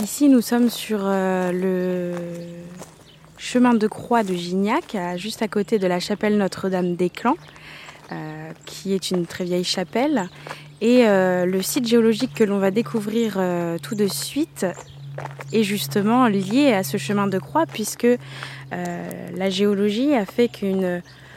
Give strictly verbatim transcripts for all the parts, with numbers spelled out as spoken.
Ici, nous sommes sur euh, le chemin de croix de Gignac, à- juste à côté de la chapelle Notre-Dame d'Éclans, euh, qui est une très vieille chapelle. Et euh, le site géologique que l'on va découvrir euh, tout de suite est justement lié à ce chemin de croix, puisque euh, la géologie a fait qu'une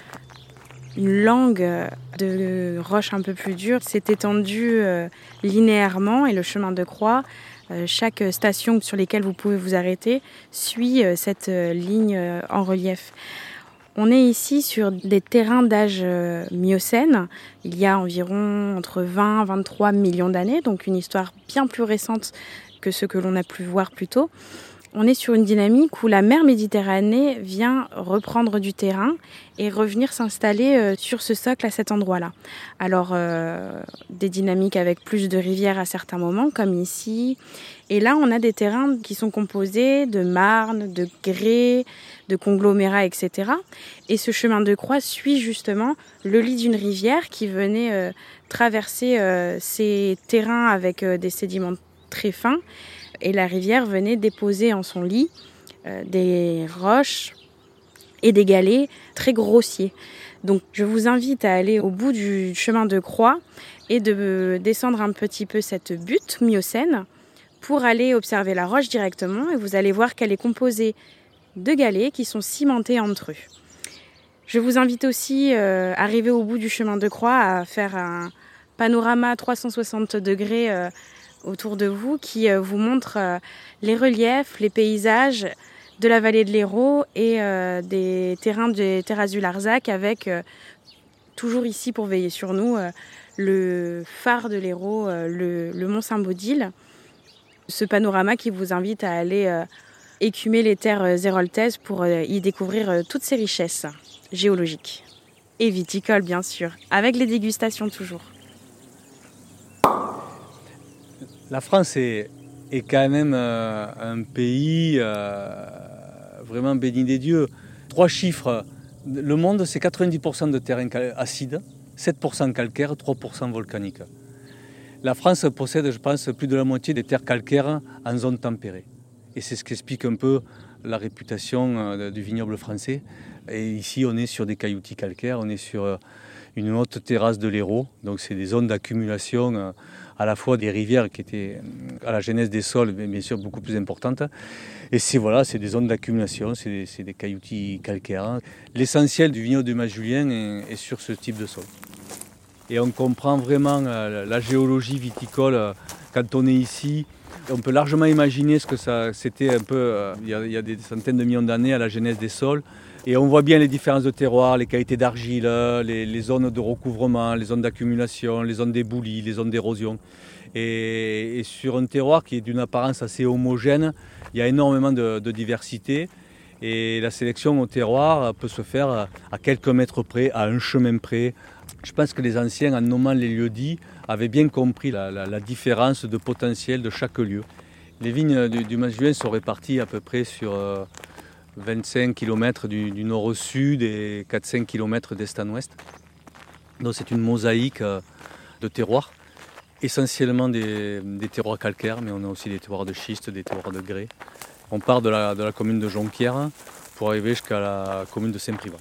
une langue de roches un peu plus dure s'est étendue euh, linéairement, et le chemin de croix, euh, chaque station sur lesquelles vous pouvez vous arrêter, suit euh, cette euh, ligne euh, en relief. On est ici sur des terrains d'âge euh, miocène. Il y a environ entre vingt et vingt-trois millions d'années, donc une histoire bien plus récente que ce que l'on a pu voir plus tôt. On est sur une dynamique où la mer Méditerranée vient reprendre du terrain et revenir s'installer sur ce socle à cet endroit-là. Alors, euh, des dynamiques avec plus de rivières à certains moments, comme ici. Et là, on a des terrains qui sont composés de marnes, de grès, de conglomérats, et cetera. Et ce chemin de croix suit justement le lit d'une rivière qui venait euh, traverser euh, ces terrains avec euh, des sédiments très fins. Et la rivière venait déposer en son lit euh, des roches et des galets très grossiers. Donc je vous invite à aller au bout du chemin de croix et de descendre un petit peu cette butte miocène pour aller observer la roche directement, et vous allez voir qu'elle est composée de galets qui sont cimentés entre eux. Je vous invite aussi, euh, arrivé au bout du chemin de croix, à faire un panorama trois cent soixante degrés euh, autour de vous, qui euh, vous montre euh, les reliefs, les paysages de la vallée de l'Hérault et euh, des terrains des terrasses du Larzac, avec euh, toujours ici pour veiller sur nous euh, le phare de l'Hérault, euh, le, le mont Saint-Baudile. Ce panorama qui vous invite à aller euh, écumer les terres zéroltaises pour euh, y découvrir euh, toutes ces richesses géologiques et viticoles, bien sûr, avec les dégustations toujours. La France est, est quand même euh, un pays euh, vraiment béni des dieux. Trois chiffres. Le monde, c'est quatre-vingt-dix pour cent de terrain acide, sept pour cent calcaire, trois pour cent volcanique. La France possède, je pense, plus de la moitié des terres calcaires en zone tempérée. Et c'est ce qui explique un peu la réputation du vignoble français. Et ici, on est sur des cailloutis calcaires, on est sur une haute terrasse de l'Hérault. Donc c'est des zones d'accumulation à la fois des rivières qui étaient à la genèse des sols, mais bien sûr beaucoup plus importantes. Et c'est, voilà, c'est des zones d'accumulation, c'est des, c'est des cailloutis calcaires. L'essentiel du vignoble du Mas-Julien est, est sur ce type de sol. Et on comprend vraiment la géologie viticole quand on est ici. On peut largement imaginer ce que ça, c'était un peu il y, a, il y a des centaines de millions d'années à la genèse des sols. Et on voit bien les différences de terroir, les qualités d'argile, les, les zones de recouvrement, les zones d'accumulation, les zones d'éboulis, les zones d'érosion. Et, et sur un terroir qui est d'une apparence assez homogène, il y a énormément de, de diversité. Et la sélection au terroir peut se faire à quelques mètres près, à un chemin près. Je pense que les anciens, en nommant les lieux-dits, avaient bien compris la, la, la différence de potentiel de chaque lieu. Les vignes du, du Mas-Julien sont réparties à peu près sur euh, vingt-cinq kilomètres du, du nord au sud et quatre à cinq kilomètres d'est en ouest. Donc c'est une mosaïque euh, de terroirs, essentiellement des, des terroirs calcaires, mais on a aussi des terroirs de schiste, des terroirs de grès. On part de la, de la commune de Jonquière pour arriver jusqu'à la commune de Saint-Privat.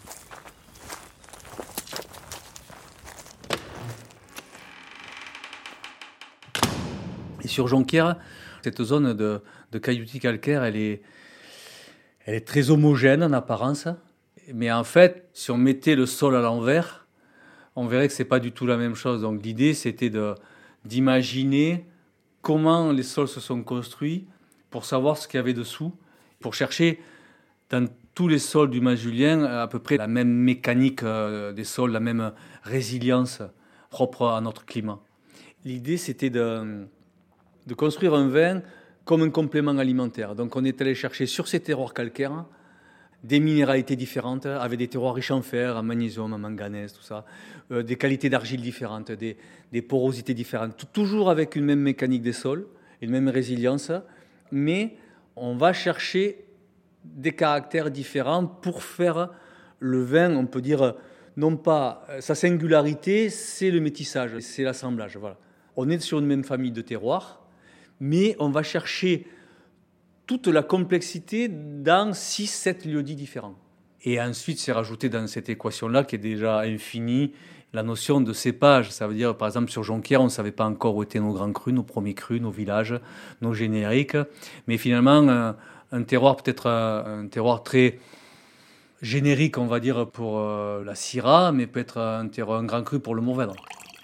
Et sur Jonquière, cette zone de, de cailloutis calcaires, elle est, elle est très homogène en apparence. Mais en fait, si on mettait le sol à l'envers, on verrait que ce n'est pas du tout la même chose. Donc l'idée, c'était de, d'imaginer comment les sols se sont construits pour savoir ce qu'il y avait dessous, pour chercher dans tous les sols du Mas-Julien à peu près la même mécanique des sols, la même résilience propre à notre climat. L'idée, c'était de, de construire un vin comme un complément alimentaire. Donc on est allé chercher sur ces terroirs calcaires des minéralités différentes, avec des terroirs riches en fer, en magnésium, en manganèse, tout ça, euh, des qualités d'argile différentes, des, des porosités différentes, toujours avec une même mécanique des sols, une même résilience, mais on va chercher des caractères différents pour faire le vin, on peut dire, non pas sa singularité, c'est le métissage, c'est l'assemblage. Voilà. On est sur une même famille de terroirs, mais on va chercher toute la complexité dans six sept lieux-dits différents. Et ensuite, c'est rajouté dans cette équation-là, qui est déjà infinie, la notion de cépage. Ça veut dire, par exemple, sur Jonquière, on ne savait pas encore où étaient nos grands crus, nos premiers crus, nos villages, nos génériques. Mais finalement, un, un terroir, peut-être un terroir très générique, on va dire, pour euh, la Syrah, mais peut-être un terroir, un grand cru pour le Mourvèdre.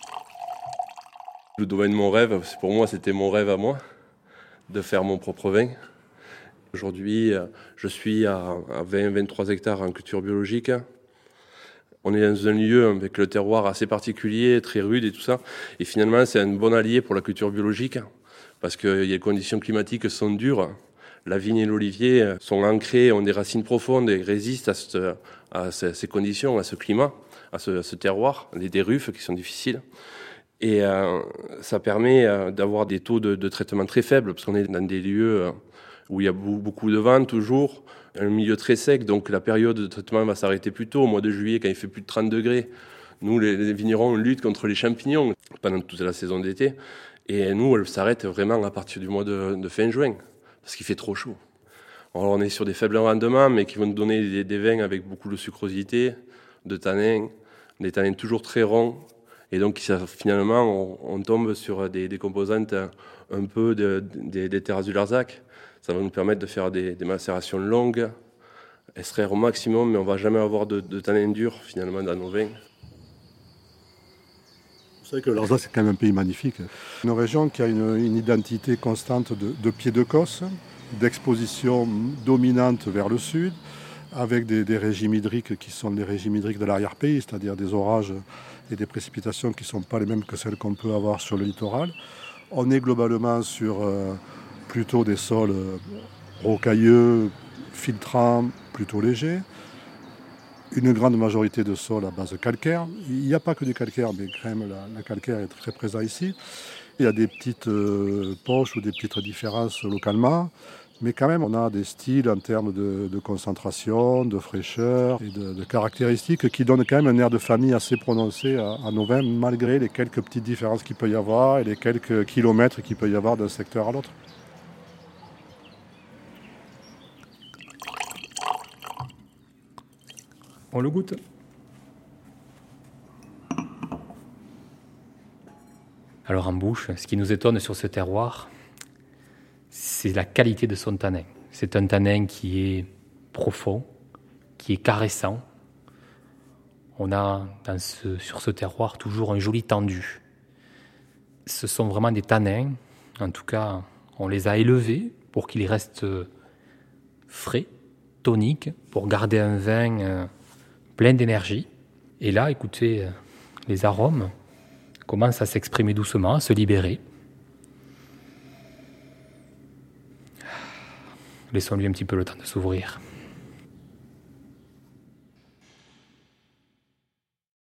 Le domaine de mon rêve, pour moi, c'était mon rêve à moi, de faire mon propre vin. Aujourd'hui, je suis à vingt à vingt-trois hectares en culture biologique. On est dans un lieu avec le terroir assez particulier, très rude et tout ça. Et finalement, c'est un bon allié pour la culture biologique parce que les conditions climatiques sont dures. La vigne et l'olivier sont ancrés, ont des racines profondes et résistent à, cette, à ces conditions, à ce climat, à ce, à ce terroir, des, des ruffes qui sont difficiles. Et euh, ça permet euh, d'avoir des taux de, de traitement très faibles parce qu'on est dans des lieux euh, où il y a beaucoup de vent toujours, un milieu très sec, donc la période de traitement va s'arrêter plus tôt, au mois de juillet, quand il fait plus de trente degrés. Nous, les, les vignerons, on lutte contre les champignons pendant toute la saison d'été, et nous, elle s'arrête vraiment à partir du mois de, de fin juin, parce qu'il fait trop chaud. Alors, on est sur des faibles rendements, mais qui vont nous donner des, des vins avec beaucoup de sucrosité, de tanins, des tanins toujours très ronds, et donc ça, finalement, on, on tombe sur des, des composantes un peu de, de, des terrasses du Larzac. Ça va nous permettre de faire des, des macérations longues, extraire au maximum, mais on ne va jamais avoir de, de tanins durs finalement dans nos vins. Vous savez que le Larzac, c'est quand même un pays magnifique. Une région qui a une, une identité constante de, de pied de Cosse, d'exposition dominante vers le sud, avec des, des régimes hydriques qui sont les régimes hydriques de l'arrière-pays, c'est-à-dire des orages et des précipitations qui ne sont pas les mêmes que celles qu'on peut avoir sur le littoral. On est globalement sur euh, plutôt des sols euh, rocailleux, filtrants, plutôt légers. Une grande majorité de sols à base calcaire. Il n'y a pas que du calcaire, mais quand même la, la calcaire est très présent ici. Il y a des petites euh, poches ou des petites différences localement. Mais quand même, on a des styles en termes de, de concentration, de fraîcheur et de, de caractéristiques qui donnent quand même un air de famille assez prononcé à, à nos vins, malgré les quelques petites différences qu'il peut y avoir et les quelques kilomètres qu'il peut y avoir d'un secteur à l'autre. On le goûte. Alors en bouche, ce qui nous étonne sur ce terroir, c'est la qualité de son tanin. C'est un tanin qui est profond, qui est caressant. On a dans ce, sur ce terroir toujours un joli tendu. Ce sont vraiment des tanins, en tout cas on les a élevés pour qu'ils restent frais, toniques, pour garder un vin plein d'énergie. Et là, écoutez, les arômes commencent à s'exprimer doucement, à se libérer. Laissons-lui un petit peu le temps de s'ouvrir.